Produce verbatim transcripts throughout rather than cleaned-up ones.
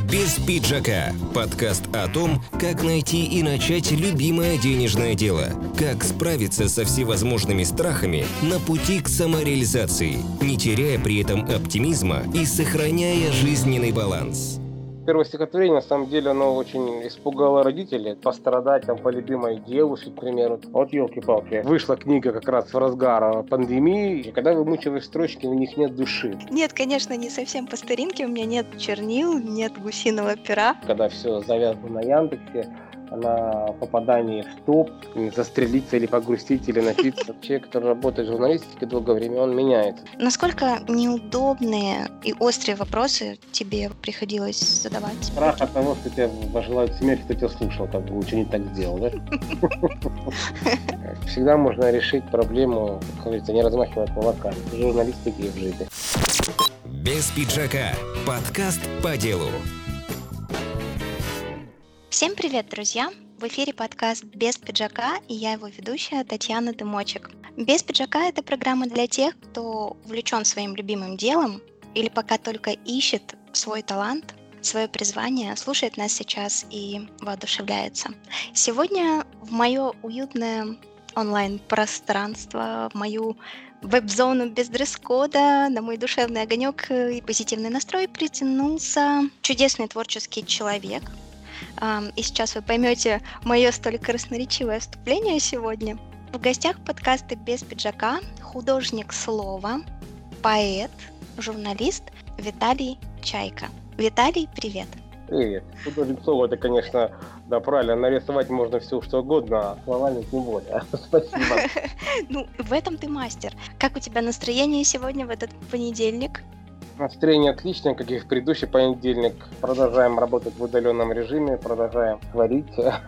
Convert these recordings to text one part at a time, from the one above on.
Без пиджака. Подкаст о том, как найти и начать любимое денежное дело. Как справиться со всевозможными страхами на пути к самореализации, не теряя при этом оптимизма и сохраняя жизненный баланс. Первое стихотворение, на самом деле, оно очень испугало родителей. Пострадать там по любимой девушке, к примеру. Вот елки-палки. Вышла книга как раз в разгар пандемии, и когда вымучиваешь строчки, у них нет души. Нет, конечно, не совсем по старинке. У меня нет чернил, нет гусиного пера. Когда все завязано на Яндексе, на попадании в топ, застрелиться или погрустить, или напиться. Человек, который работает в журналистике долгое время, он меняется. Насколько неудобные и острые вопросы тебе приходилось задавать? Страх от того, что тебе пожелают смерти, кто тебя слушал, как бы лучше не так сделал, да? Всегда можно решить проблему, как говорится, не размахивая кулаками. В журналистике и в жизни. Без пиджака. Подкаст по делу. Всем привет, друзья! В эфире подкаст «Без пиджака» и я его ведущая Татьяна Дымочек. «Без пиджака» — это программа для тех, кто увлечен своим любимым делом или пока только ищет свой талант, свое призвание, слушает нас сейчас и воодушевляется. Сегодня в мое уютное онлайн-пространство, в мою веб-зону без дресс-кода, на мой душевный огонек и позитивный настрой притянулся чудесный творческий человек. И сейчас вы поймете мое столь красноречивое вступление сегодня. В гостях подкаста «Без пиджака» художник слова, поэт, журналист Виталий Чайка. Виталий, привет! Привет! Художник слова — это, конечно, да, правильно, нарисовать можно все, что угодно, а словами тем более. Спасибо. Ну, в этом ты мастер. Как у тебя настроение сегодня в этот понедельник? Настроение отличное, как и в предыдущий понедельник. Продолжаем работать в удаленном режиме, продолжаем творить,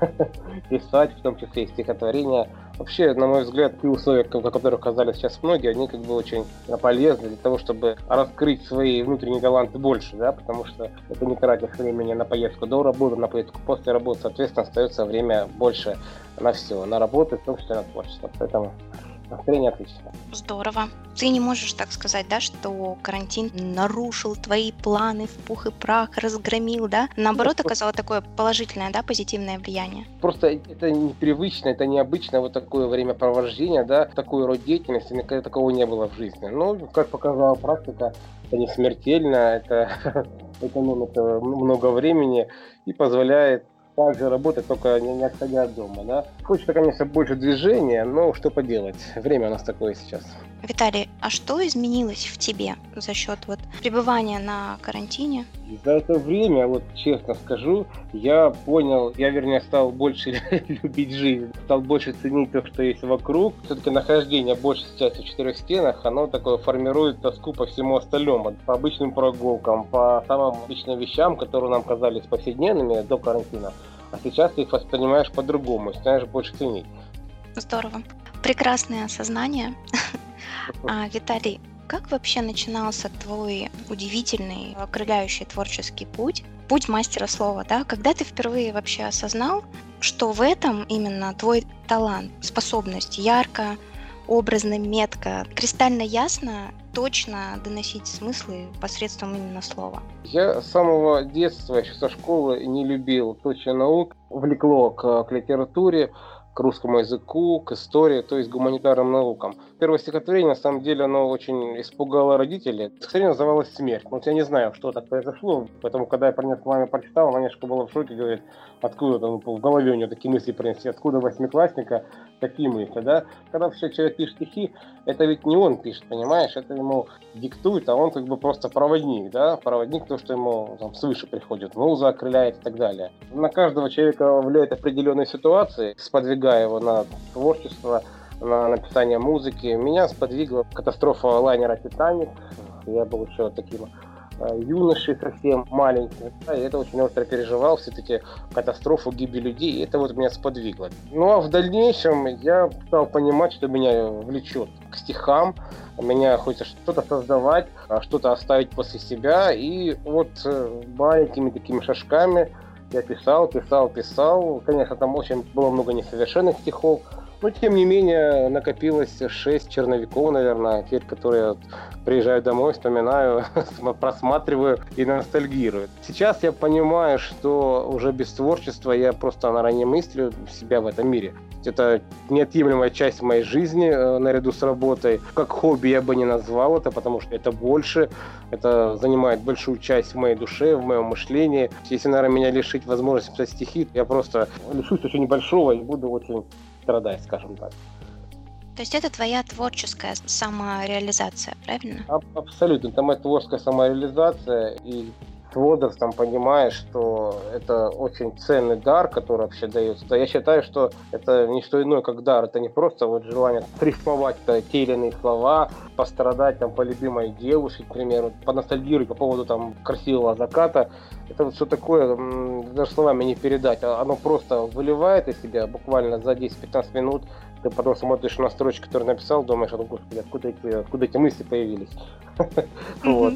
писать, в том числе и стихотворения. Вообще, на мой взгляд, те условия, о которых сказали сейчас многие, они как бы очень полезны для того, чтобы раскрыть свои внутренние таланты больше, да, потому что это не тратишь времени на поездку до работы, на поездку после работы, соответственно, остается время больше на все, на работу, в том числе на творчество. Поэтому настроение отличное. Здорово. Ты не можешь так сказать, да, что карантин нарушил твои планы в пух и прах, разгромил, да? Наоборот, оказало такое положительное, да, позитивное влияние. Просто это непривычно, это необычно, вот такое времяпровождение, да, такой род деятельности, никогда такого не было в жизни. Ну, как показала практика, это не смертельно, это экономит много времени и позволяет также работать, только не, не отходя от дома, да. Хочется, конечно, больше движения, но что поделать, время у нас такое сейчас. Виталий, а что изменилось в тебе за счет вот пребывания на карантине? За это время, вот честно скажу, я понял, я вернее стал больше любить жизнь, стал больше ценить то, что есть вокруг. Все-таки нахождение большей части в четырех стенах, оно такое формирует тоску по всему остальному, по обычным прогулкам, по самым обычным вещам, которые нам казались повседневными до карантина. А сейчас ты их воспринимаешь по-другому, начинаешь больше ценить. Здорово. Прекрасное осознание. А, Виталий, как вообще начинался твой удивительный, окрыляющий творческий путь, путь мастера слова, да? Когда ты впервые вообще осознал, что в этом именно твой талант, способность ярко, образно, метко, кристально ясно, точно доносить смыслы посредством именно слова? Я с самого детства, еще со школы, не любил точно наук, влекло к, к литературе, к русскому языку, к истории, то есть гуманитарным наукам. Первое стихотворение, на самом деле, оно очень испугало родителей. Стихотворение называлось «Смерть». Вот я не знаю, что так произошло, поэтому, когда я принес маме, прочитал, она немножко была в шоке, говорит, откуда там в голове у нее такие мысли принесли, откуда восьмиклассника такие мысли, да? Когда вообще человек пишет стихи, это ведь не он пишет, понимаешь, это ему диктует, а он как бы просто проводник, да, проводник, то, что ему там свыше приходит, муза окрыляет и так далее. На каждого человека влияет определенные ситуации, сподвигая его на творчество, на написание музыки. Меня сподвигла катастрофа лайнера «Титаник». Я был еще таким юношей совсем маленьким, да, и это очень остро переживал, все эти катастрофы, гибель людей, и это вот меня сподвигло. Ну а в дальнейшем я стал понимать, что меня влечет к стихам, меня хочется что-то создавать, что-то оставить после себя, и вот маленькими такими шажками я писал, писал, писал. Конечно, там очень было много несовершенных стихов, Но, тем не менее, накопилось шесть черновиков, наверное, теперь, которые я приезжаю домой, вспоминаю, просматриваю и ностальгирую. Сейчас я понимаю, что уже без творчества я просто, наверное, не мыслю себя в этом мире. Это неотъемлемая часть моей жизни э, наряду с работой. Как хобби я бы не назвал это, потому что это больше, это занимает большую часть в моей душе, в моем мышлении. Если, наверное, меня лишить возможности писать стихи, я просто лишусь очень небольшого и буду очень страдать, скажем так. То есть это твоя творческая самореализация, правильно? А- абсолютно. Это моя творческая самореализация, и с возрастом понимаешь, что это очень ценный дар, который вообще дается. Я считаю, что это не что иное, как дар. Это не просто вот желание рифмовать те или иные слова, пострадать там по любимой девушке, к примеру, поностальгировать по поводу там красивого заката. Это вот все такое, даже словами не передать. Оно просто выливает из себя буквально за десять-пятнадцать минут. Ты потом смотришь на строчку, которую написал, думаешь, господи, откуда эти, откуда эти мысли появились. Вот.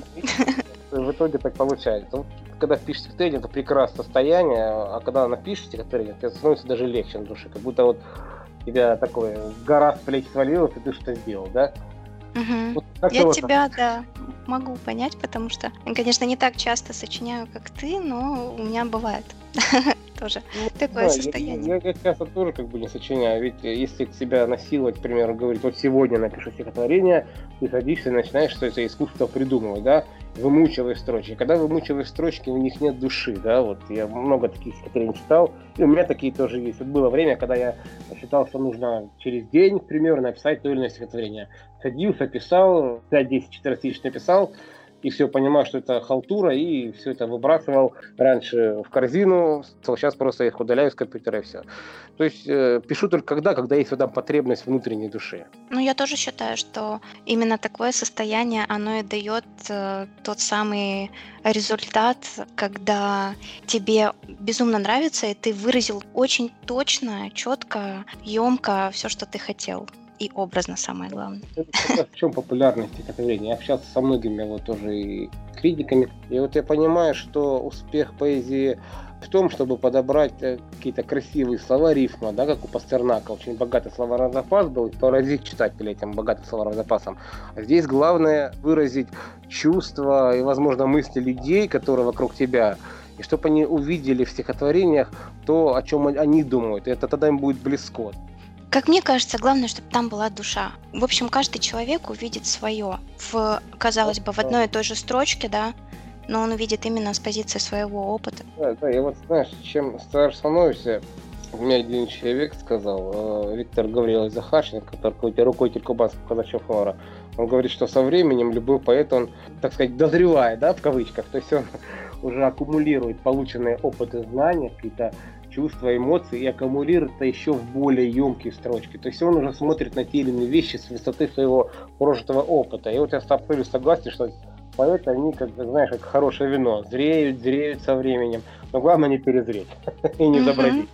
В итоге так получается. Вот, когда пишешь стихотворение, это прекрасное состояние, а когда напишешь стихотворение, тебе становится даже легче на душе, как будто вот тебя такой гора с плеч свалилась, и ты что сделал, да? Мгм. Вот как-то Я вот тебя, да, могу понять, потому что, конечно, не так часто сочиняю, как ты, но у меня бывает тоже Ну, такое да, я, состояние. я, я часто тоже как бы не сочиняю, ведь э, если себя насиловать, к примеру, говорить, вот сегодня напишу стихотворение, ты садишься и начинаешь что это искусство придумывать, да, вымучиваешь строчки. Когда вымучиваешь строчки, у них нет души, да, вот я много таких стихотворений читал, и у меня такие тоже есть. Вот было время, когда я считал, что нужно через день, к примеру, написать то или иное стихотворение. Садился, писал, пять десять четырнадцать тысяч написал, и все, понимаю, что это халтура, и все это выбрасывал раньше в корзину, сейчас просто их удаляю с компьютера и все. То есть э, пишу только когда, когда есть в этом потребность внутренней души. Ну, я тоже считаю, что именно такое состояние, оно и дает э, тот самый результат, когда тебе безумно нравится, и ты выразил очень точно, четко, емко все, что ты хотел. И образно, самое главное. Это как раз в чем популярность стихотворений. Я общался со многими вот тоже и критиками, и вот я понимаю, что успех поэзии в том, чтобы подобрать э, какие-то красивые слова, рифма, да, как у Пастернака, очень богатый словарный запас был, и поразить читателей этим богатым словарным запасом. А здесь главное выразить чувства и, возможно, мысли людей, которые вокруг тебя, и чтобы они увидели в стихотворениях то, о чем они думают, и это тогда им будет близко. Как мне кажется, главное, чтобы там была душа. В общем, каждый человек увидит свое в, казалось бы, в одной и той же строчке, да, но он увидит именно с позиции своего опыта. Да, да, я вот, знаешь, чем старше становишься, у меня один человек сказал, э, Виктор Гаврилович Захарченко, который руководитель Кубанского казачьего хора, он говорит, что со временем любой поэт, он, так сказать, дозревает, да, в кавычках, то есть он уже аккумулирует полученные опыты, знания, какие-то чувства, эмоции, и аккумулирует это еще в более емкие строчки. То есть он уже смотрит на те или иные вещи с высоты своего прожитого опыта. И вот я абсолютно согласен, что поэты, они, как знаешь, как хорошее вино, зреют, зреют со временем, но главное не перезреть и не забродить.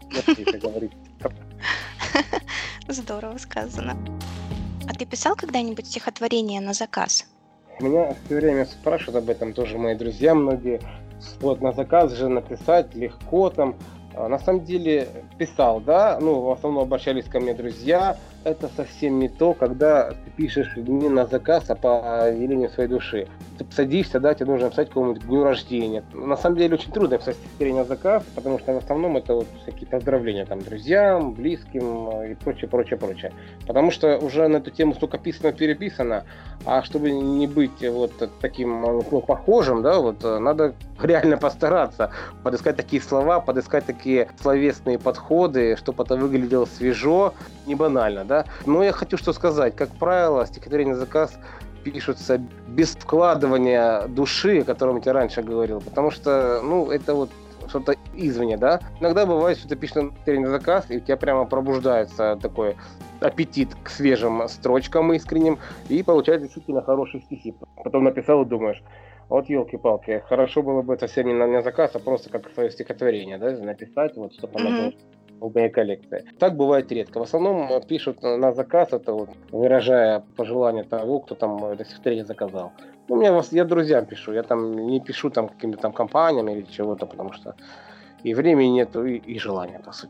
Здорово сказано. А ты писал когда-нибудь стихотворение на заказ? Меня все время спрашивают об этом тоже мои друзья многие. Вот на заказ же написать легко там. На самом деле писал, да, ну, в основном обращались ко мне друзья. Это совсем не то, когда ты пишешь не на заказ, а по велению своей души. Ты садишься, да, тебе нужно написать какому-нибудь дню рождения. На самом деле очень трудно писать стихотворение на заказ, потому что в основном это вот всякие поздравления там друзьям, близким и прочее, прочее, прочее. Потому что уже на эту тему столько писано-переписано, а чтобы не быть вот таким, ну, похожим, да, вот надо реально постараться подыскать такие слова, подыскать такие словесные подходы, чтобы это выглядело свежо, не банально, да. Но я хочу что сказать. Как правило, стихотворения на заказ пишутся без вкладывания души, о котором я тебе раньше говорил, потому что, ну, это вот что-то извне, да. Иногда бывает, что ты пишешь стихотворение на заказ, и у тебя прямо пробуждается такой аппетит к свежим строчкам искренним, и получается действительно хорошие стихи. Потом написал и думаешь, вот елки-палки, хорошо было бы это все не на, на заказ, а просто как свое стихотворение, да, написать, вот, чтобы оно было в моей коллекции. Так бывает редко. В основном пишут на заказ, это вот, выражая пожелание того, кто там это стихотворение заказал. Ну, у меня, я друзьям пишу, я там не пишу там каким-то там компаниям или чего-то, потому что и времени нету, и, и желания, по сути.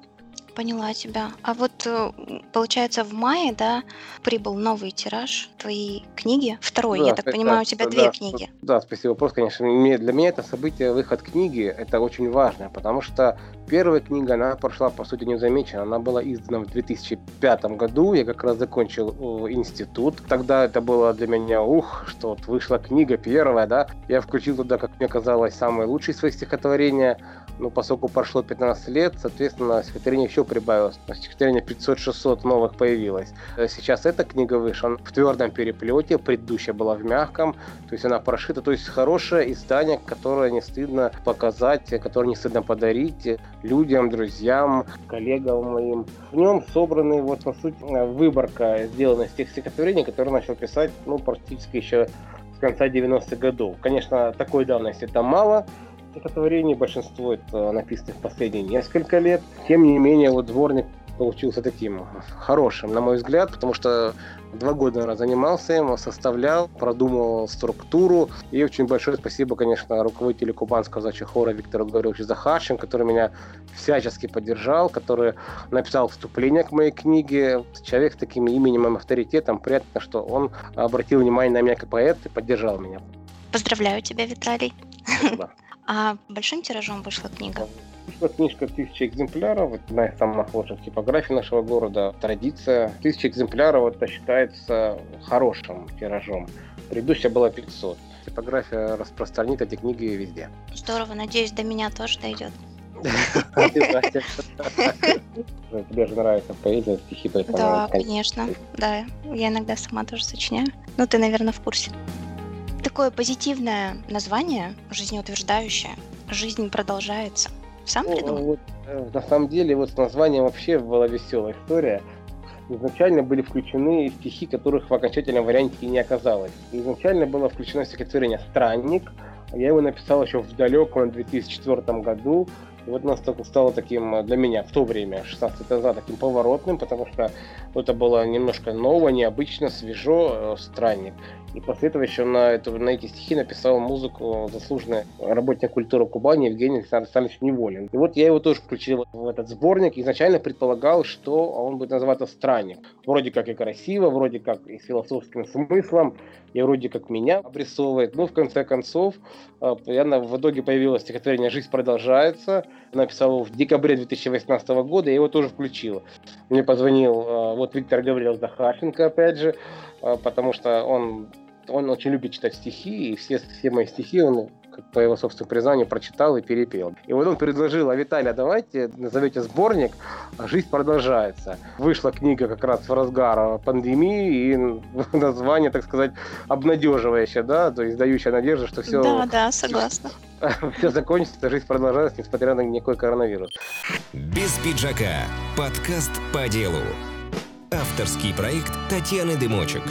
Поняла тебя. А вот, э, получается, в мае, да, прибыл новый тираж твоей книги. Второй, я Да, так т- понимаю, да, у тебя две да, книги. да, спасибо. Вопрос, конечно, мне- для меня это событие, выход книги, это очень важно, потому что первая книга, она прошла, по сути, незамечена. Она была издана в две тысячи пятом году, я как раз закончил э, институт. Тогда это было для меня, ух, что вот вышла книга первая, да. Я включил туда, как мне казалось, самые лучшие свои стихотворения. Но поскольку прошло пятнадцать лет, соответственно, стихотворений еще прибавилось. Стихотворение пятьсот-шестьсот новых появилось. Сейчас эта книга вышла в твердом переплете, предыдущая была в мягком, то есть она прошита, то есть хорошее издание, которое не стыдно показать, которое не стыдно подарить людям, друзьям, коллегам моим. В нем собраны, вот по сути, выборка, сделана из тех стихотворений, которые начал писать, ну, практически еще с конца девяностых годов. Конечно, такой давности там мало, стихотворений, большинство это написано в последние несколько лет. Тем не менее, вот сборник получился таким хорошим, на мой взгляд, потому что два года наверное, занимался им, составлял, продумывал структуру. И очень большое спасибо, конечно, руководителю Кубанского казачьего хора Виктору Гавриловичу Захарченко, который меня всячески поддержал, который написал вступление к моей книге. Человек с таким именем и авторитетом, приятно, что он обратил внимание на меня как поэт и поддержал меня. Поздравляю тебя, Виталий. Спасибо. А большим тиражом вышла книга? Вышла книжка тысяча экземпляров, это одна из самых лучших типографий нашего города, традиция. Тысяча экземпляров это считается хорошим тиражом. Предыдущая была пятьсот. Типография распространит эти книги везде. Здорово, надеюсь, до меня тоже дойдет. Тебе же нравится поэзия, стихи, поэтому... Да, конечно, да, я иногда сама тоже сочиняю. Ну, ты, наверное, в курсе. Такое позитивное название, жизнеутверждающее. Жизнь продолжается. Сам Ну, придумал? вот, э, на самом деле, вот с названием вообще была веселая история. Изначально были включены стихи, которых в окончательном варианте и не оказалось. Изначально было включено стихотворение «Странник». Я его написал еще в далеком две тысячи четвёртом году. И вот оно стало таким для меня в то время, шестнадцать лет назад, таким поворотным, потому что это было немножко ново, необычно, свежо, «Странник». И после этого еще на, эту, на эти стихи написал музыку заслуженный работник культуры Кубани Евгений Александрович Неволин. И вот я его тоже включил в этот сборник. Изначально предполагал, что он будет называться «Странник». Вроде как и красиво, вроде как и с философским смыслом, и вроде как меня обрисовывает. Но в конце концов, я, в итоге появилось стихотворение «Жизнь продолжается». Написал его в декабре две тысячи восемнадцатого года, я его тоже включил. Мне позвонил вот Виктор Гаврилович Захарченко, опять же, потому что он, он очень любит читать стихи, и все, все мои стихи он, как по его собственному признанию, прочитал и перепел. И вот он предложил: а Виталий, давайте назовете сборник «Жизнь продолжается». Вышла книга как раз в разгар пандемии, и название, так сказать, обнадеживающее, да, то есть дающее надежду, что все... Да, да, согласна. Все закончится, жизнь продолжается, несмотря на никакой коронавирус. Без пиджака. Подкаст по делу. Авторский проект Татьяны Дымочек.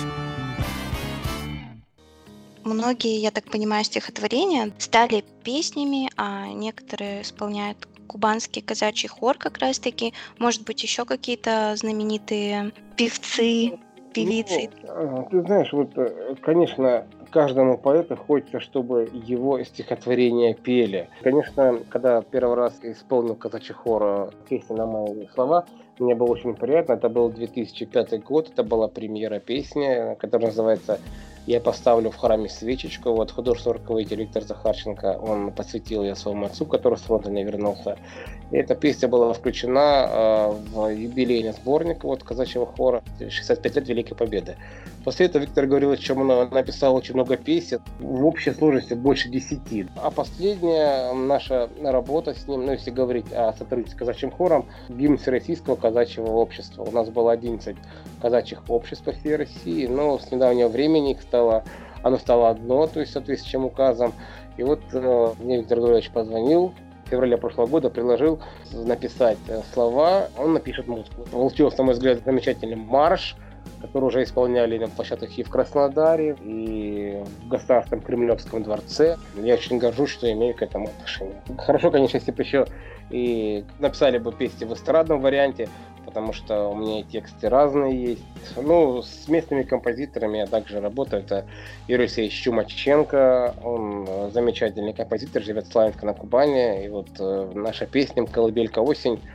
Многие, я так понимаю, стихотворения стали песнями, а некоторые исполняют кубанский казачий хор как раз-таки. Может быть, еще какие-то знаменитые певцы, певицы? Ну, ты знаешь, вот, конечно, каждому поэту хочется, чтобы его стихотворения пели. Конечно, когда первый раз исполнил казачий хор песню на мои слова, мне было очень приятно. Это был две тысячи пятый год, это была премьера песни, которая называется «Я поставлю в храме свечечку». Вот художественный руководитель Виктор Захарченко, он посвятил ее своему отцу, который с фронта не вернулся. И эта песня была включена э, в юбилейный сборник вот, казачьего хора «шестьдесят пять лет Великой Победы». После этого Виктор Гаврилович написал очень много песен, в общей сложности больше десяти. А последняя наша работа с ним, ну если говорить о сотрудничестве с казачьим хором, гимн Всероссийского казачьего общества. У нас было одиннадцать казачьих обществ по всей России, но с недавнего времени их стало, оно стало одно, то есть соответствующим указом. И вот э, мне Виктор Гаврилович позвонил в феврале прошлого года, предложил написать слова, он напишет музыку. Получился, на мой взгляд, замечательный марш, который уже исполняли на площадках и в Краснодаре, и в Государственном Кремлевском дворце. Я очень горжусь, что имею к этому отношение. Хорошо, конечно, если бы еще и написали бы песни в эстрадном варианте, потому что у меня и тексты разные есть. Ну, с местными композиторами я также работаю. Это Юрий Алексеевич Чумаченко, он замечательный композитор, живет в Славянске на Кубани. И вот э, наша песня «Колыбелька осень»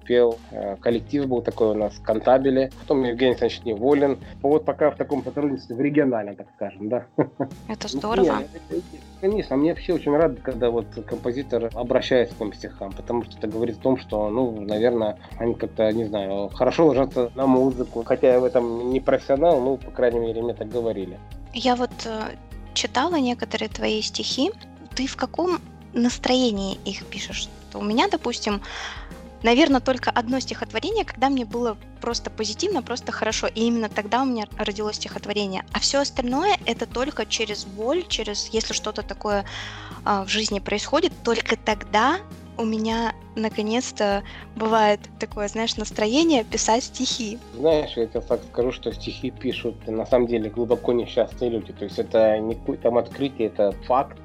пел. Коллектив был такой у нас, Кантабеле. Потом Евгений Александрович Неволин. Вот пока в таком сотрудничестве, в региональном, так скажем, да. Это здорово. Нет, конечно, мне вообще очень рад, когда вот композитор обращается к этим стихам, потому что это говорит о том, что, ну, наверное, они как-то, не знаю, хорошо ложатся на музыку. Хотя я в этом не профессионал, ну, по крайней мере, мне так говорили. Я вот э, читала некоторые твои стихи. Ты в каком настроении их пишешь? У меня, допустим, наверное, только одно стихотворение, когда мне было просто позитивно, просто хорошо. И именно тогда у меня родилось стихотворение. А все остальное это только через боль, через если что-то такое а, в жизни происходит, только тогда у меня наконец-то бывает такое, знаешь, настроение писать стихи. Знаешь, я тебе так скажу, что стихи пишут на самом деле глубоко несчастные люди. То есть это не какое-то там открытие, это факт,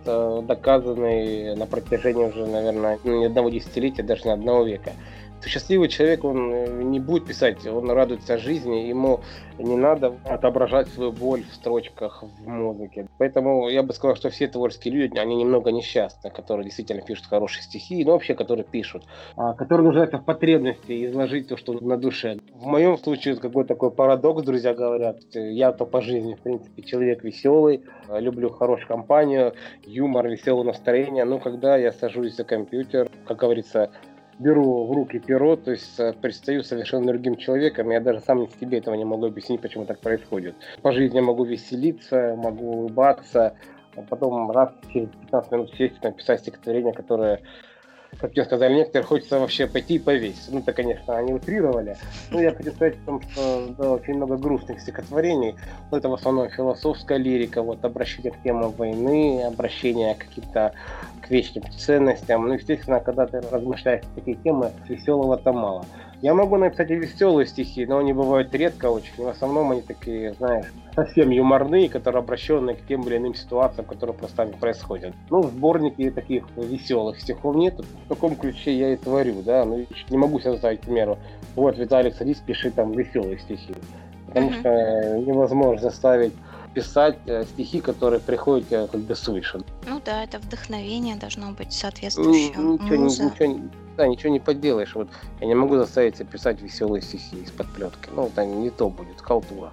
доказанный на протяжении уже, наверное, не одного десятилетия, даже не одного века. Счастливый человек, он не будет писать, он радуется жизни, ему не надо отображать свою боль в строчках, в музыке. Поэтому я бы сказал, что все творческие люди, они немного несчастны, которые действительно пишут хорошие стихи, но вообще, которые пишут, которые нуждаются в потребности изложить то, что на душе. В моем случае какой-то такой парадокс, друзья говорят, я-то по жизни, в принципе, человек веселый, люблю хорошую компанию, юмор, веселое настроение, но когда я сажусь за компьютер, как говорится, беру в руки перо, то есть предстаю совершенно другим человеком, я даже сам себе этого не могу объяснить, почему так происходит. По жизни я могу веселиться, могу улыбаться, а потом раз через пятнадцать минут сесть, написать стихотворение, которое, как мне сказали некоторые, хочется вообще пойти и повесить. Ну, это, конечно, они утрировали. Но я хочу сказать о том, что да, очень много грустных стихотворений. Но это в основном философская лирика, вот, обращение к темам войны, обращение к каким-то к вечным ценностям. Ну, естественно, когда ты размышляешь на такие темы, веселого-то мало. Я могу написать и веселые стихи, но они бывают редко очень. В основном они такие, знаешь, совсем юморные, которые обращены к тем или иным ситуациям, которые просто происходят. Ну, в сборнике таких веселых стихов нет. В таком ключе я и творю, да. Ну, не могу себе заставить, к примеру, вот, Виталик, садись, пиши там веселые стихи. Потому mm-hmm. что невозможно заставить писать э, стихи, которые приходят э, как бы свыше. Ну да, это вдохновение должно быть соответствующее. Ну, ничего, ничего, да, ничего не поделаешь. Вот я не могу заставить себя писать веселые стихи из-под плетки. Ну, это не то будет, халтура.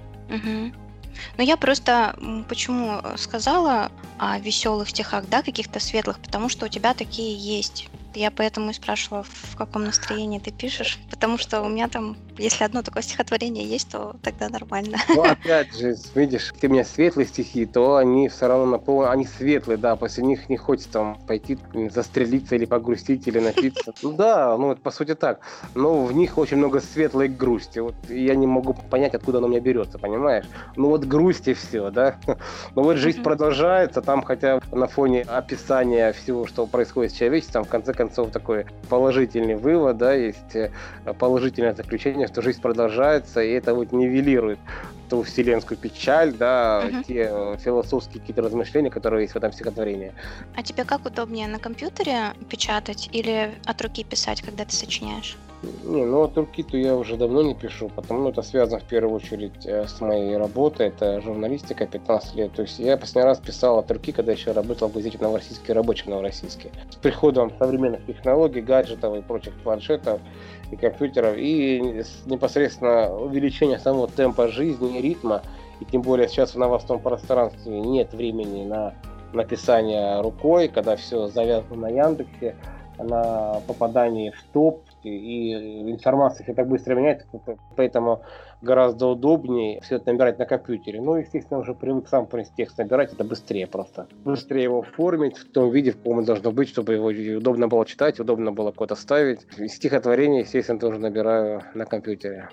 Угу. Но я просто почему сказала о веселых стихах, да, каких-то светлых, потому что у тебя такие есть. Я поэтому и спрашивала, в каком настроении ты пишешь, потому что у меня там, если одно такое стихотворение есть, то тогда нормально. Ну, опять же, видишь, если у меня светлые стихи, то они все равно наполнены, они светлые, да, после них не хочется там пойти застрелиться или погрустить, или напиться. Ну да, ну это по сути так, но в них очень много светлой грусти, вот я не могу понять, откуда она у меня берется, понимаешь? Ну вот грусть и все, да, но вот жизнь продолжается, там хотя на фоне описания всего, что происходит с человечеством, в конце концов такой положительный вывод, да, есть положительное заключение, что жизнь продолжается, и это вот нивелирует ту вселенскую печаль, да, uh-huh. те философские какие-то размышления, которые есть в этом стихотворении. А тебе как удобнее, на компьютере печатать или от руки писать, когда ты сочиняешь? Не, ну от руки-то я уже давно не пишу, потому что это связано в первую очередь с моей работой, это журналистика, пятнадцать лет. То есть я последний раз писал от руки, когда еще работал в газете «Новороссийский рабочий» в Новороссийске. С приходом современных технологий, гаджетов и прочих планшетов и компьютеров, и непосредственно увеличение самого темпа жизни и ритма, и тем более сейчас в новостном пространстве нет времени на написание рукой, когда все завязано на Яндексе, на попадании в топ, и информация все так быстро меняется, поэтому гораздо удобнее все это набирать на компьютере. Ну, естественно, уже привык сам текст набирать, это быстрее просто. Быстрее его оформить в том виде, в каком он должно быть, чтобы его удобно было читать, удобно было куда-то ставить. И стихотворение, естественно, тоже набираю на компьютере.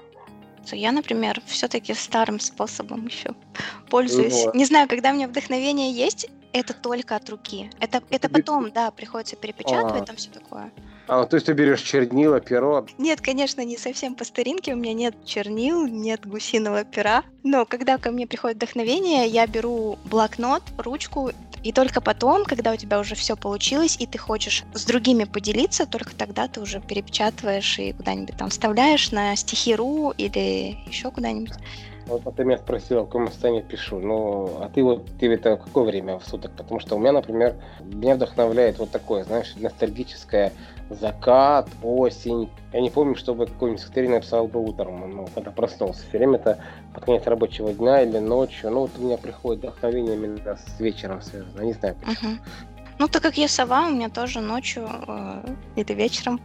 Я, например, все-таки старым способом еще пользуюсь. Вот. Не знаю, когда у меня вдохновение есть, это только от руки. Это, это потом, да, приходится перепечатывать, а, там все такое. А, то есть ты берешь чернила, перо? Нет, конечно, не совсем по старинке. У меня нет чернил, нет гусиного пера. Но когда ко мне приходит вдохновение, я беру блокнот, ручку, и только потом, когда у тебя уже все получилось, и ты хочешь с другими поделиться, только тогда ты уже перепечатываешь и куда-нибудь там вставляешь на стихи точка ру или еще куда-нибудь. Вот ты меня спросила, в каком состоянии пишу. Ну, а ты вот, ты это в какое время в суток? Потому что у меня, например, меня вдохновляет вот такое, знаешь, ностальгическое закат, осень. Я не помню, чтобы какое-нибудь стихотворение написал бы утром, ну, когда проснулся. Все время это под конец рабочего дня или ночью. Ну, вот у меня приходит вдохновение именно с вечером связано. Не знаю почему. Мгм. Ну, так как я сова, у меня тоже ночью э, или вечером.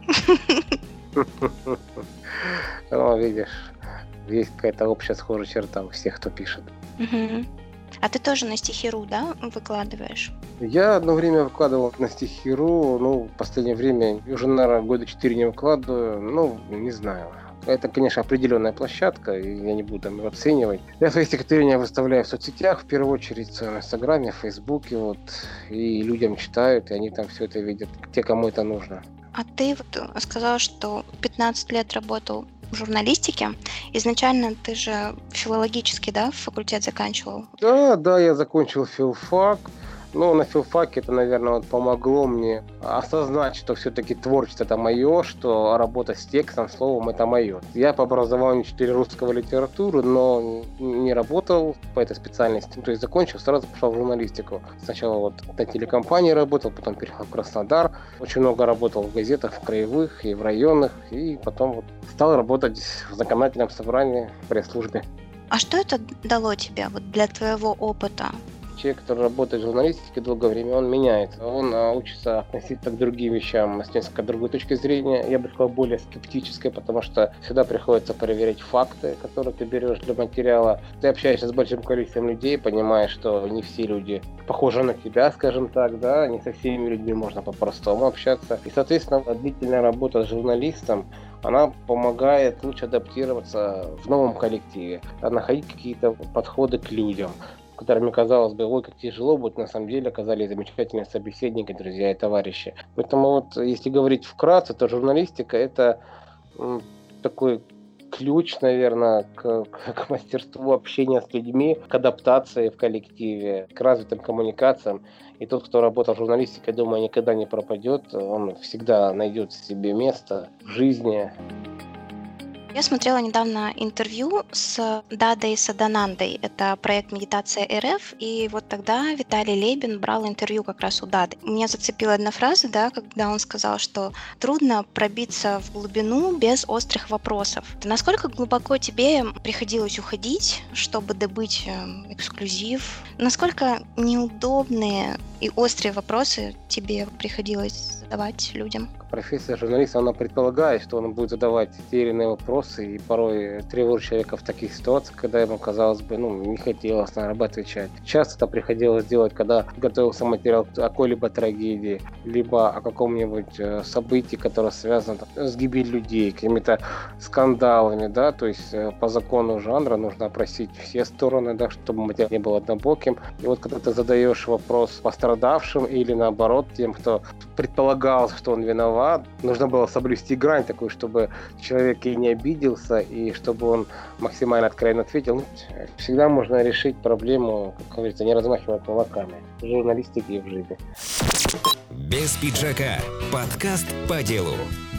Ну, видишь, есть какая-то общая схожая черта у всех, кто пишет. Мгм. А ты тоже на стихиру, да, выкладываешь? Я одно время выкладывал на стихиру, ну, в последнее время уже, наверное, года четыре не выкладываю, ну, не знаю. Это, конечно, определенная площадка, и я не буду там его оценивать. Я свои стихотворения выставляю в соцсетях, в первую очередь в Инстаграме, в Фейсбуке, вот, и людям читают, и они там все это видят, те, кому это нужно. А ты вот э, сказал, что пятнадцать лет работал в журналистике. Изначально ты же филологический, да, факультет заканчивал? Да, да, я закончил филфак. Ну, на филфаке это, наверное, вот помогло мне осознать, что все-таки творчество это мое, что работа с текстом, словом это мое. Я по образованию учитель русского литературы, но не работал по этой специальности. То есть закончил, сразу пошел в журналистику. Сначала вот на телекомпании работал, потом переехал в Краснодар. Очень много работал в газетах, в краевых и в районных. И потом вот стал работать в законодательном собрании, в пресс-службе. А что это дало тебе вот для твоего опыта? Человек, который работает в журналистике долгое время, он меняется. Он а, учится относиться к другим вещам с несколько другой точки зрения. Я бы сказал, более скептической, потому что всегда приходится проверять факты, которые ты берешь для материала. Ты общаешься с большим количеством людей, понимаешь, что не все люди похожи на тебя, скажем так, да, не со всеми людьми можно по-простому общаться. И, соответственно, длительная работа с журналистом, она помогает лучше адаптироваться в новом коллективе, находить какие-то подходы к людям, которыми казалось бы, ой, как тяжело будет, на самом деле оказались замечательные собеседники, друзья и товарищи. Поэтому вот, если говорить вкратце, то журналистика – это м, такой ключ, наверное, к, к мастерству общения с людьми, к адаптации в коллективе, к развитым коммуникациям. И тот, кто работал в журналистике, я думаю, никогда не пропадет, он всегда найдет себе место в жизни. Я смотрела недавно интервью с Дадой Саданандой. Это проект «Медитация РФ». И вот тогда Виталий Лейбин брал интервью как раз у Дады. Меня зацепила одна фраза, да, когда он сказал, что трудно пробиться в глубину без острых вопросов. Насколько глубоко тебе приходилось уходить, чтобы добыть э, эксклюзив? Насколько неудобные и острые вопросы тебе приходилось задавать людям? Профессия журналиста, она предполагает, что он будет задавать те или иные вопросы и порой тревожит человека в таких ситуациях, когда ему, казалось бы, ну, не хотелось, наверное, бы отвечать. Часто это приходилось делать, когда готовился материал о какой-либо трагедии, либо о каком-нибудь событии, которое связано там, с гибелью людей, какими-то скандалами, да, то есть по закону жанра нужно опросить все стороны, да, чтобы материал не был однобоким. И вот когда ты задаешь вопрос пострадавшим или наоборот тем, кто предполагал, что он виноват, нужно было соблюсти грань такую, чтобы человек и не обиделся, и чтобы он максимально откровенно ответил. Ну, всегда можно решить проблему, как говорится, не размахивая кулаками. В журналистике и в жизни. Без пиджака. Подкаст по делу.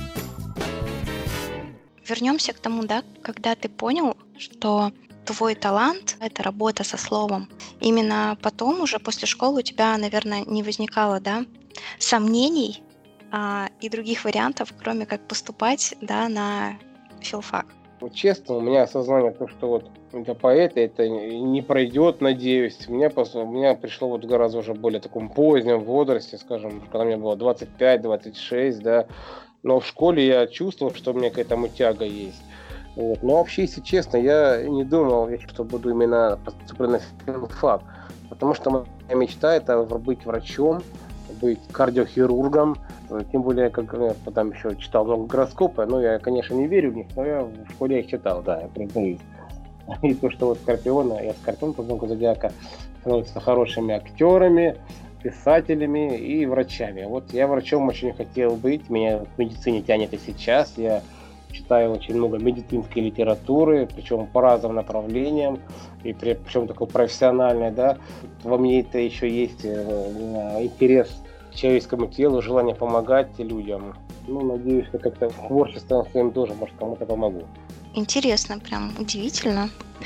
Вернемся к тому, да, когда ты понял, что твой талант — это работа со словом. Именно потом, уже после школы, у тебя, наверное, не возникало, да, сомнений а, и других вариантов, кроме как поступать, да, на филфак. Вот честно, у меня осознание то, что вот для поэта это не пройдет, надеюсь. У меня, у меня пришло вот гораздо уже более таком позднем возрасте, скажем, когда мне было двадцать пять двадцать шесть, да. Но в школе я чувствовал, что у меня к этому тяга есть. Вот. Но вообще, если честно, я не думал, что буду именно поступать на филфак. Потому что моя мечта – это быть врачом, быть кардиохирургом. Тем более, как я потом еще читал много гороскопа. Ну, я, конечно, не верю в них, но я в школе их читал, да, я признаюсь. И то, что вот Скорпиона, я Скорпион по знаку зодиака, становятся хорошими актерами, писателями и врачами. Вот я врачом очень хотел быть, меня в медицине тянет и сейчас. Я читаю очень много медицинской литературы, причем по разным направлениям, и причем такой профессиональной, да. Во мне это еще есть интерес к человеческому телу, желание помогать людям. Ну, надеюсь, что как-то творчеством своим тоже, может, кому-то помогу. Интересно, прям удивительно.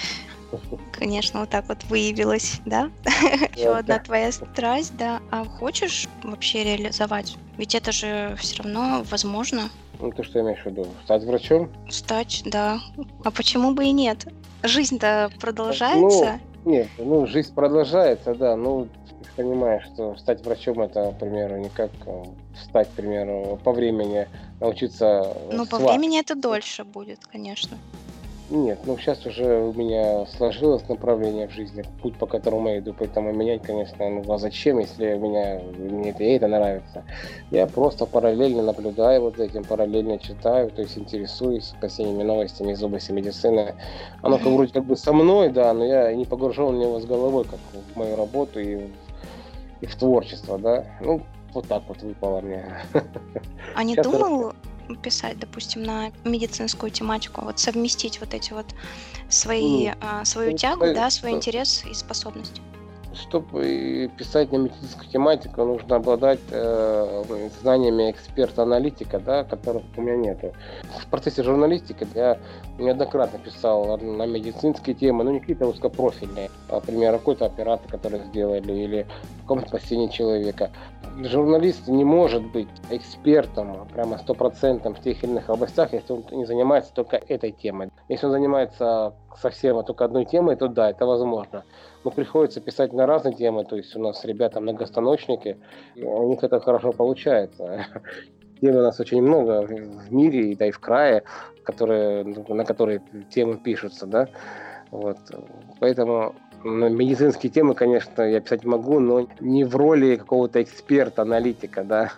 Конечно, вот так вот выявилась, да? Еще одна твоя страсть, да. А хочешь вообще реализовать? Ведь это же все равно возможно. Ну, ты что имеешь в виду? Стать врачом? Стать, да. А почему бы и нет? Жизнь-то Ну, продолжается. нет, ну, жизнь продолжается, да. Ну, ты же понимаешь, что стать врачом это, к примеру, не как э, стать, к примеру, по времени научиться Ну, по сварить. времени это дольше будет, конечно. Нет, ну сейчас уже у меня сложилось направление в жизни, путь, по которому я иду, поэтому менять, конечно, ну а зачем, если меня, мне это, ей это нравится. Я просто параллельно наблюдаю вот за этим, параллельно читаю, то есть интересуюсь последними новостями из области медицины. Оно как Мгм. вроде как бы со мной, да, но я не погружен в него с головой, как в мою работу и в, и в творчество, да. Ну, вот так вот выпало мне. А не Сейчас думал писать, допустим, на медицинскую тематику, вот совместить вот эти вот свои, а, свою тягу, да, свой интерес и способности? Чтобы писать на медицинскую тематику, нужно обладать э, знаниями эксперта-аналитика, да, которых у меня нет. В процессе журналистики я неоднократно писал на медицинские темы, но не какие-то узкопрофильные. Например, какой-то операцию, который сделали, или в каком-то спасении человека. Журналист не может быть экспертом, прямо стопроцентным в тех или иных областях, если он не занимается только этой темой. Если он занимается совсем только одной темой, то да, это возможно. Но приходится писать на разные темы, то есть у нас ребята многостаночники, и у них это хорошо получается. Тем у нас очень много в мире, да и в крае, которые, на которые темы пишутся, да. Вот. Поэтому медицинские темы, конечно, я писать могу, но не в роли какого-то эксперта, аналитика, да.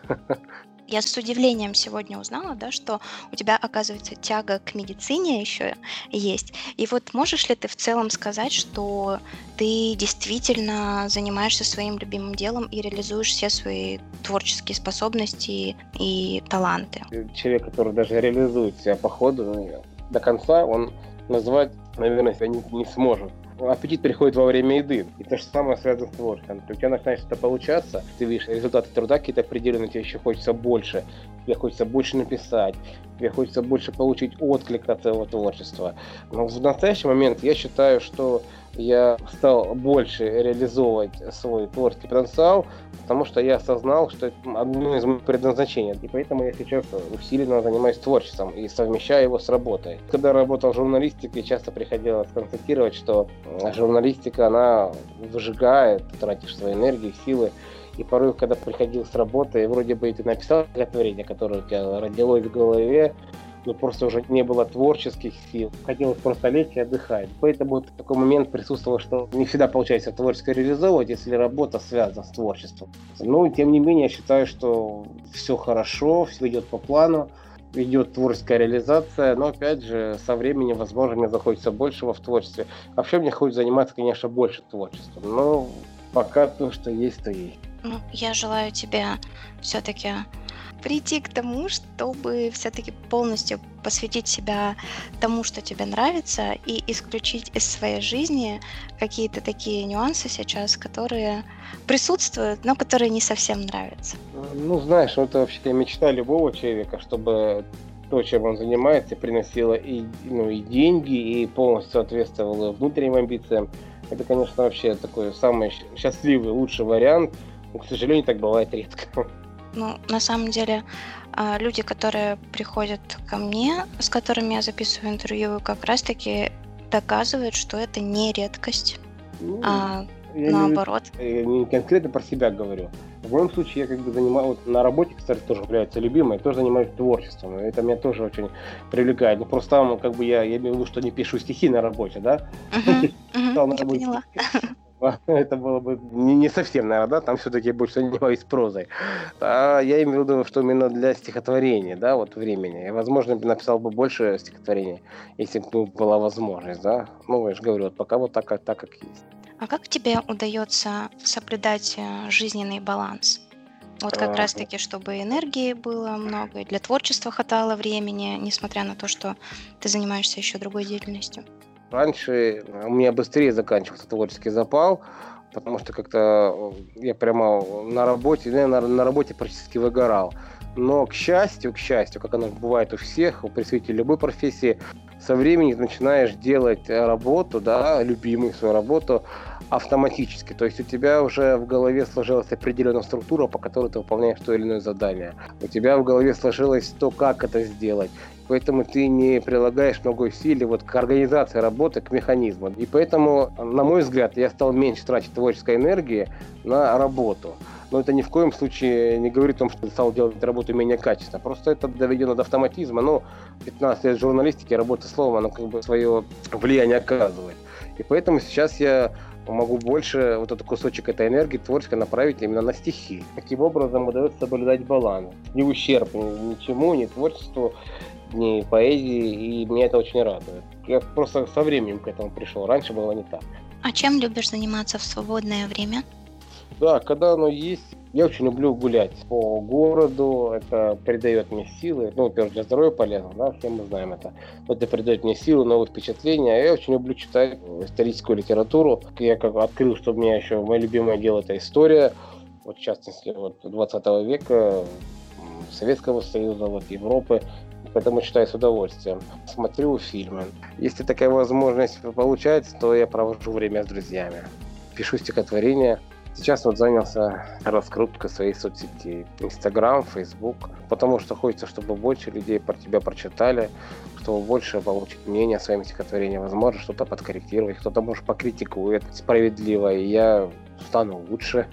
Я с удивлением сегодня узнала, да, что у тебя, оказывается, тяга к медицине еще есть. И вот можешь ли ты в целом сказать, что ты действительно занимаешься своим любимым делом и реализуешь все свои творческие способности и таланты? Человек, который даже реализует себя по ходу, ну, до конца, он назвать, наверное, себя не, не сможет. Аппетит приходит во время еды. И то же самое связано с творчеством. У тебя начинает что-то получаться, ты видишь результаты труда какие-то определенные, тебе еще хочется больше, тебе хочется больше написать, тебе хочется больше получить отклик от своего творчества. Но в настоящий момент я считаю, что я стал больше реализовывать свой творческий потенциал, потому что я осознал, что это одно из моих предназначений. И поэтому я сейчас усиленно занимаюсь творчеством и совмещаю его с работой. Когда работал в журналистике, часто приходилось констатировать, что журналистика, она выжигает, тратишь свою энергию, силы. И порой, когда приходил с работы, вроде бы ты написал стихотворение, которое у тебя родилось в голове, но просто уже не было творческих сил. Хотелось просто лечь и отдыхать. Поэтому вот такой момент присутствовал, что не всегда получается творчески реализовывать, если работа связана с творчеством. Но, тем не менее, я считаю, что все хорошо, все идет по плану, идет творческая реализация, но, опять же, со временем, возможно, мне захочется большего в творчестве. Вообще, мне хочется заниматься, конечно, больше творчеством, но пока то, что есть, то есть. Ну, я желаю тебе все-таки прийти к тому, чтобы все-таки полностью посвятить себя тому, что тебе нравится, и исключить из своей жизни какие-то такие нюансы сейчас, которые присутствуют, но которые не совсем нравятся. Ну, знаешь, это вообще мечта любого человека, чтобы то, чем он занимается, приносило и, ну, и деньги, и полностью соответствовало внутренним амбициям. Это, конечно, вообще такой самый счастливый, лучший вариант. Но, к сожалению, так бывает редко. Ну, на самом деле, а, люди, которые приходят ко мне, с которыми я записываю интервью, как раз-таки доказывают, что это не редкость, Ну, а я не, наоборот. я не конкретно про себя говорю. В моем случае я как бы занимаюсь, вот на работе, кстати, тоже является любимой, тоже занимаюсь творчеством. И это меня тоже очень привлекает. Ну, просто там, как бы я, я имею в виду, что не пишу стихи на работе, да? Мгм, мгм, Писал на я работе поняла. стихи. Это было бы не, не совсем, наверное, да, там все-таки я больше занимаюсь прозой. А я имею в виду, что именно для стихотворения, да, вот времени. Я, возможно, написал бы больше стихотворений, если бы ну, была возможность, да. Ну, я же говорю, вот пока вот так, как- так, как есть. А как тебе удается соблюдать э, жизненный баланс? Вот как А, раз-таки, чтобы энергии было много, и для творчества хватало времени, несмотря на то, что ты занимаешься еще другой деятельностью. Раньше у меня быстрее заканчивался творческий запал, потому что как-то я прямо на работе, я на, на работе практически выгорал. Но, к счастью, к счастью, как оно бывает у всех, у представителей любой профессии, со временем ты начинаешь делать работу, да, любимую свою работу, автоматически. То есть у тебя уже в голове сложилась определенная структура, по которой ты выполняешь то или иное задание. У тебя в голове сложилось то, как это сделать. Поэтому ты не прилагаешь много усилий вот к организации работы, к механизму. И поэтому, на мой взгляд, я стал меньше тратить творческой энергии на работу. Но это ни в коем случае не говорит о том, что ты стал делать работу менее качественно. Просто это доведено до автоматизма. Но пятнадцать лет журналистики, работа словом, она как бы свое влияние оказывает. И поэтому сейчас я могу больше вот этот кусочек этой энергии творческой направить именно на стихи. Таким образом удается соблюдать баланс. Не ущерб ни чему, ни творчеству, ни поэзии, и меня это очень радует. Я просто со временем к этому пришел. Раньше было не так. А чем любишь заниматься в свободное время? Да, когда оно есть, я очень люблю гулять по городу, это придает мне силы, ну, во-первых, для здоровья полезно, да, все мы знаем это. Это придает мне силы, новые впечатления. Я очень люблю читать историческую литературу. Я как открыл, что у меня еще мое любимое дело — это история, вот в частности, вот двадцатого века, Советского Союза, вот Европы. Поэтому читаю с удовольствием. Смотрю фильмы. Если такая возможность получается, то я провожу время с друзьями. Пишу стихотворения. Сейчас вот занялся раскруткой своей соцсети. Инстаграм, Фейсбук. Потому что хочется, чтобы больше людей про тебя прочитали, чтобы больше получить мнение о своем стихотворении. Возможно, что-то подкорректировать. Кто-то, может, покритикует справедливо, и я стану лучше.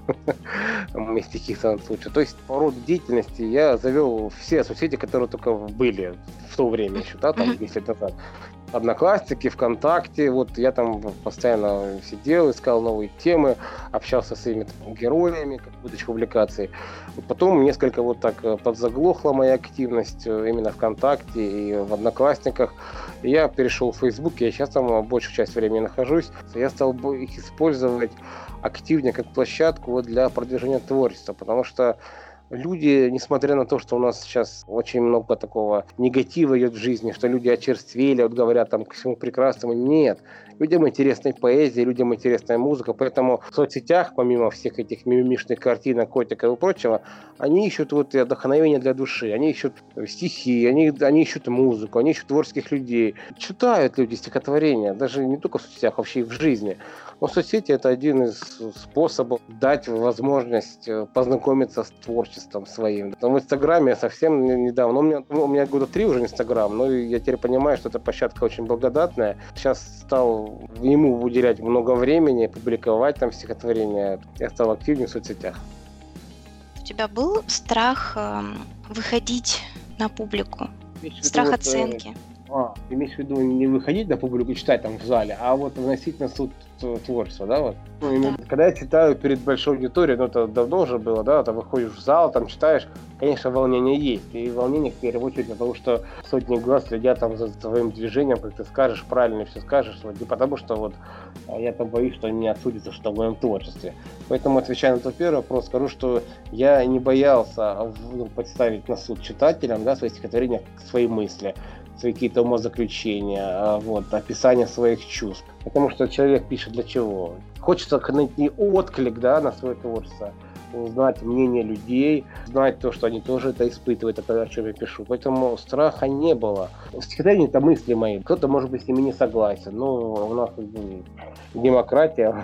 Мои стихи станут лучше. То есть по роду деятельности я завел все соцсети, которые только были в то время еще, да, там десять лет назад. Одноклассники, ВКонтакте, вот я там постоянно сидел, искал новые темы, общался с своими там героями, как будучи публикаций. Потом несколько вот так подзаглохла моя активность именно ВКонтакте и в Одноклассниках. Я перешел в Фейсбук, я сейчас там большую часть времени нахожусь. Я стал их использовать активнее как площадку вот для продвижения творчества, потому что люди, несмотря на то, что у нас сейчас очень много такого негатива идет в жизни, что люди очерствели, вот говорят там ко всему прекрасному, нет. Людям интересна поэзия, людям интересная музыка, поэтому в соцсетях, помимо всех этих мимимишных картинок, котиков и прочего, они ищут вот вдохновение для души, они ищут стихи, они, они ищут музыку, они ищут творческих людей. Читают люди стихотворения, даже не только в соцсетях, а вообще и в жизни. Но соцсети — это один из способов дать возможность познакомиться с творчеством своим. Но в Инстаграме я совсем недавно, у меня, у меня года три уже Инстаграм, но я теперь понимаю, что эта площадка очень благодатная. Сейчас стал ему уделять много времени, публиковать там стихотворения. Я стал активнее в соцсетях. У тебя был страх э, выходить на публику? Страх вот, оценки? А, ты имеешь в виду не выходить на публику и читать там в зале, а вот вносить на суд творчества, да, вот? Ну, именно, Да. Когда я читаю перед большой аудиторией, ну, это давно уже было, да, ты выходишь в зал, там читаешь, конечно, волнение есть, и волнение, в первую очередь, потому что сотни глаз следят там за твоим движением, как ты скажешь, правильно все скажешь, вот, не потому что вот я там боюсь, что не отсудится что в моем творчестве. Поэтому, отвечая на твой первый вопрос, скажу, что я не боялся, ну, подставить на суд читателям, да, свои стихотворения, свои мысли, свои какие-то умозаключения, вот, описание своих чувств. Потому что человек пишет для чего? Хочется найти отклик, да, на свое творчество, узнать мнение людей, знать то, что они тоже это испытывают, это о чем я пишу. Поэтому страха не было. Стихотворение — это мысли мои. Кто-то, может быть, с ними не согласен, но у нас как бы демократия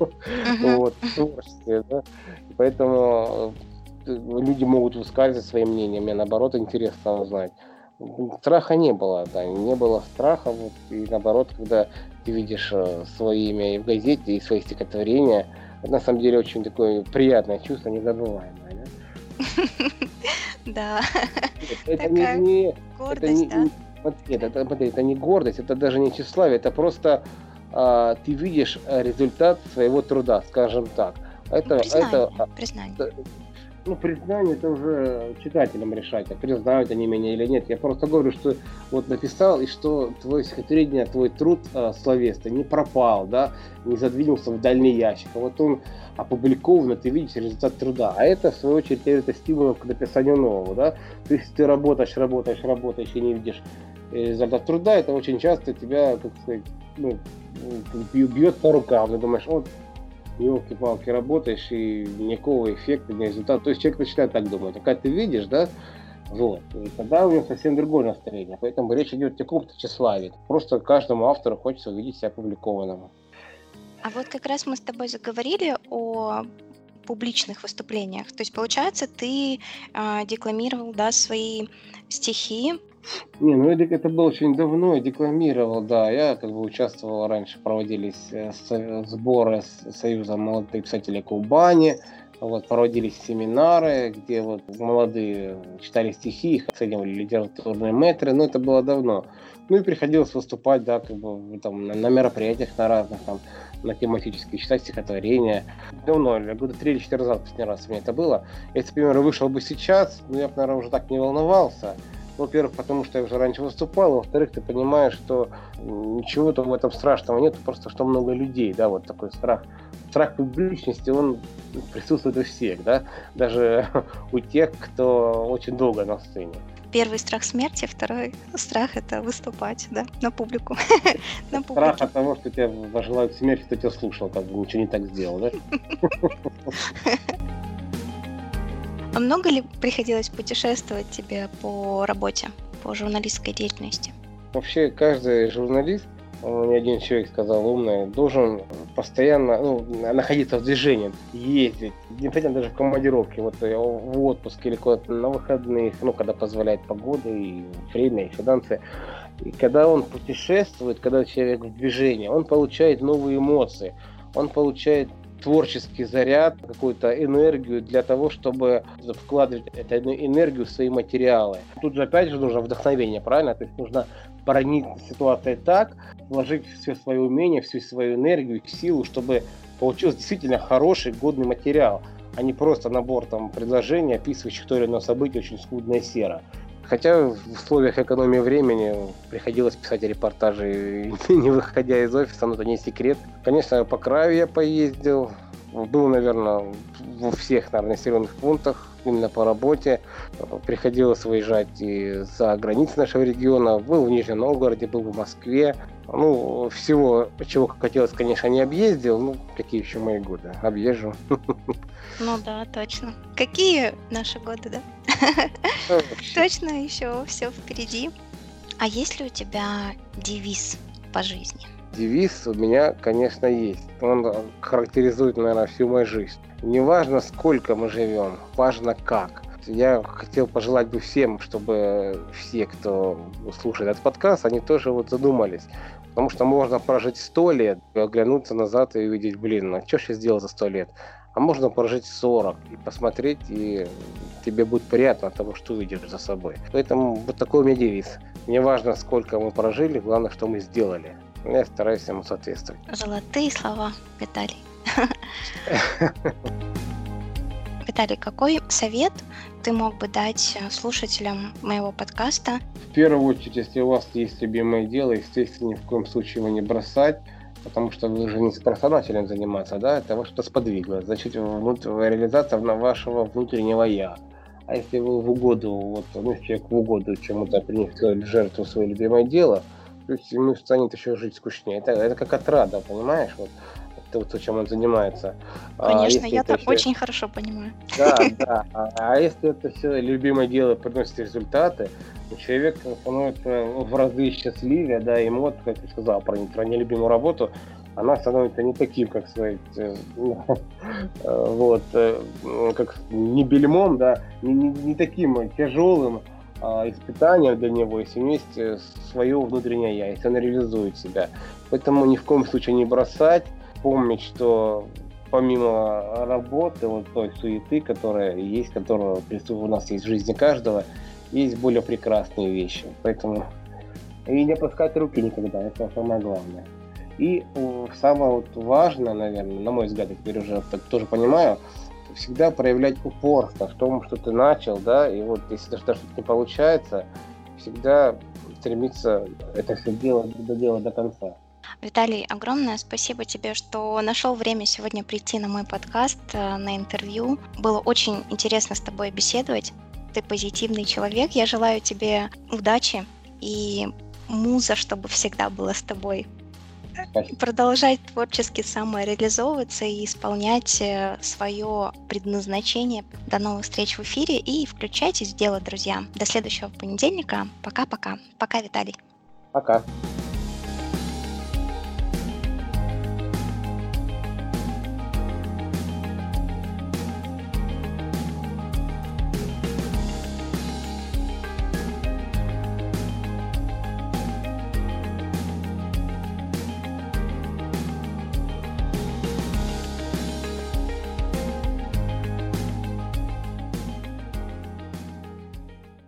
вот, в творчестве, да? Поэтому люди могут высказывать свои мнения. Мне, наоборот, интересно узнать. Страха не было, да, не было страха, вот, и наоборот, когда ты видишь э, свое имя и в газете, и свои стихотворения, это на самом деле очень такое приятное чувство, незабываемое, да? Да. Это не гордость, да? Нет, это, смотри, это не гордость, это даже не тщеславие, это просто а, ты видишь результат своего труда, скажем так. Это, признание, это, признание. Это, ну, признание — это уже читателям решать, а признают они меня или нет. Я просто говорю, что вот написал, и что твое стихотворение, твой труд э, словесный не пропал, да, не задвинулся в дальний ящик. А вот он опубликован, и ты видишь результат труда. А это, в свою очередь, это стимул к написанию нового, да. То есть ты работаешь, работаешь, работаешь и не видишь результат труда, это очень часто тебя, как сказать, ну, бьет по рукам. Ты думаешь, вот, елки-палки, работаешь, и никакого эффекта, ни результата. То есть человек начинает так думать. А когда ты видишь, да, Вот. И тогда у него совсем другое настроение. Поэтому речь идет о каком-то тщеславии. Просто каждому автору хочется увидеть себя опубликованным. А вот как раз мы с тобой заговорили о публичных выступлениях. То есть, получается, ты э, декламировал, да, свои стихи. Не, ну это, это было очень давно, я декламировал, да. Я как бы участвовал раньше, проводились э, со- сборы с Союза молодых писателей Кубани. Вот, проводились семинары, где вот молодые читали стихи, их оценивали литературные мэтры, но это было давно. Ну и приходилось выступать, да, как бы там на, на мероприятиях на разных, там, на тематические, читать стихотворения. Давно, года три или четыре назад последний раз у меня это было. Если, например, вышел бы сейчас, ну я бы, наверное, уже так не волновался. Во-первых, потому что я уже раньше выступал, во-вторых, ты понимаешь, что ничего-то в этом страшного нет, просто что много людей, да, вот такой страх. Страх публичности, он присутствует у всех, да, даже у тех, кто очень долго на сцене. Первый страх смерти, второй страх — это выступать, да, на публику. на Страх публике. от того, что тебя пожелают смерти, кто тебя слушал, как бы ничего не так сделал, да? А много ли приходилось путешествовать тебе по работе, по журналистской деятельности? Вообще, каждый журналист, мне один человек сказал умный, должен постоянно ну, находиться в движении, ездить, не хотя даже в командировке, вот в отпуске или куда-то на выходных, ну, когда позволяет погода и время, и финансы. И когда он путешествует, когда человек в движении, он получает новые эмоции, он получает творческий заряд, какую-то энергию для того, чтобы вкладывать эту энергию в свои материалы. Тут же опять же нужно вдохновение, правильно? То есть нужно проникнуть ситуацией так, вложить все свое умение, всю свою энергию, силу, чтобы получился действительно хороший, годный материал, а не просто набор там предложений, описывающих то или иное событие, очень скудное серо. Хотя в условиях экономии времени приходилось писать репортажи, не выходя из офиса, но это не секрет. Конечно, по краю я поездил, был, наверное, во всех, наверное, населенных пунктах, именно по работе. Приходилось выезжать и за границы нашего региона, был в Нижнем Новгороде, был в Москве. Ну, всего, чего хотелось, конечно, не объездил, ну, какие еще мои годы, объезжу. Ну да, точно. Какие наши годы, да? Точно еще все впереди. А есть ли у тебя девиз по жизни? Девиз у меня, конечно, есть. Он характеризует, наверное, всю мою жизнь. Не важно, сколько мы живем, важно как. Я хотел пожелать бы всем, чтобы все, кто слушает этот подкаст, они тоже вот задумались. Потому что можно прожить сто лет, оглянуться назад и увидеть, блин, а что же я сделал за сто лет? А можно прожить сорок и посмотреть, и тебе будет приятно от того, что увидишь за собой. Поэтому вот такой у меня девиз. Не важно, сколько мы прожили, главное, что мы сделали. Я стараюсь ему соответствовать. Золотые слова, Виталий. Виталий, какой совет ты мог бы дать слушателям моего подкаста? В первую очередь, если у вас есть любимое дело, естественно, ни в коем случае его не бросать, потому что вы же не спроста начали заниматься, да, это вас что-то сподвигло, значит, реализация вашего внутреннего «я». А если вы в угоду, вот, ну, человек в угоду чему-то принесли жертву свое любимое дело, то есть ему станет еще жить скучнее. Это, это как отрада, понимаешь? Вот. Это вот то, чем он занимается. Конечно, а я это еще... очень хорошо понимаю. Да, да. А, а если это все любимое дело приносит результаты, человек становится в разы счастливее, да, ему, вот, как я сказал, про, про нелюбимую работу, она становится не таким, как сказать, вот, как не бельмом, да, не, не, не таким тяжелым а, испытанием для него, если у него есть свое внутреннее я, если он реализует себя. Поэтому ни в коем случае не бросать, помнить, что помимо работы, вот той суеты, которая есть, которая у нас есть в жизни каждого, есть более прекрасные вещи. Поэтому и не опускать руки никогда, это самое главное. И самое вот важное, наверное, на мой взгляд, я теперь уже тоже понимаю, всегда проявлять упорство в том, что ты начал, да, и вот если даже что-то не получается, всегда стремиться это все делать, доделать до конца. Виталий, огромное спасибо тебе, что нашел время сегодня прийти на мой подкаст, на интервью. Было очень интересно с тобой беседовать. Ты позитивный человек. Я желаю тебе удачи и муза, чтобы всегда была с тобой Спасибо. продолжать творчески самореализовываться и исполнять свое предназначение. До новых встреч в эфире и включайтесь в дело, друзья. До следующего понедельника. Пока-пока. Пока, Виталий. Пока.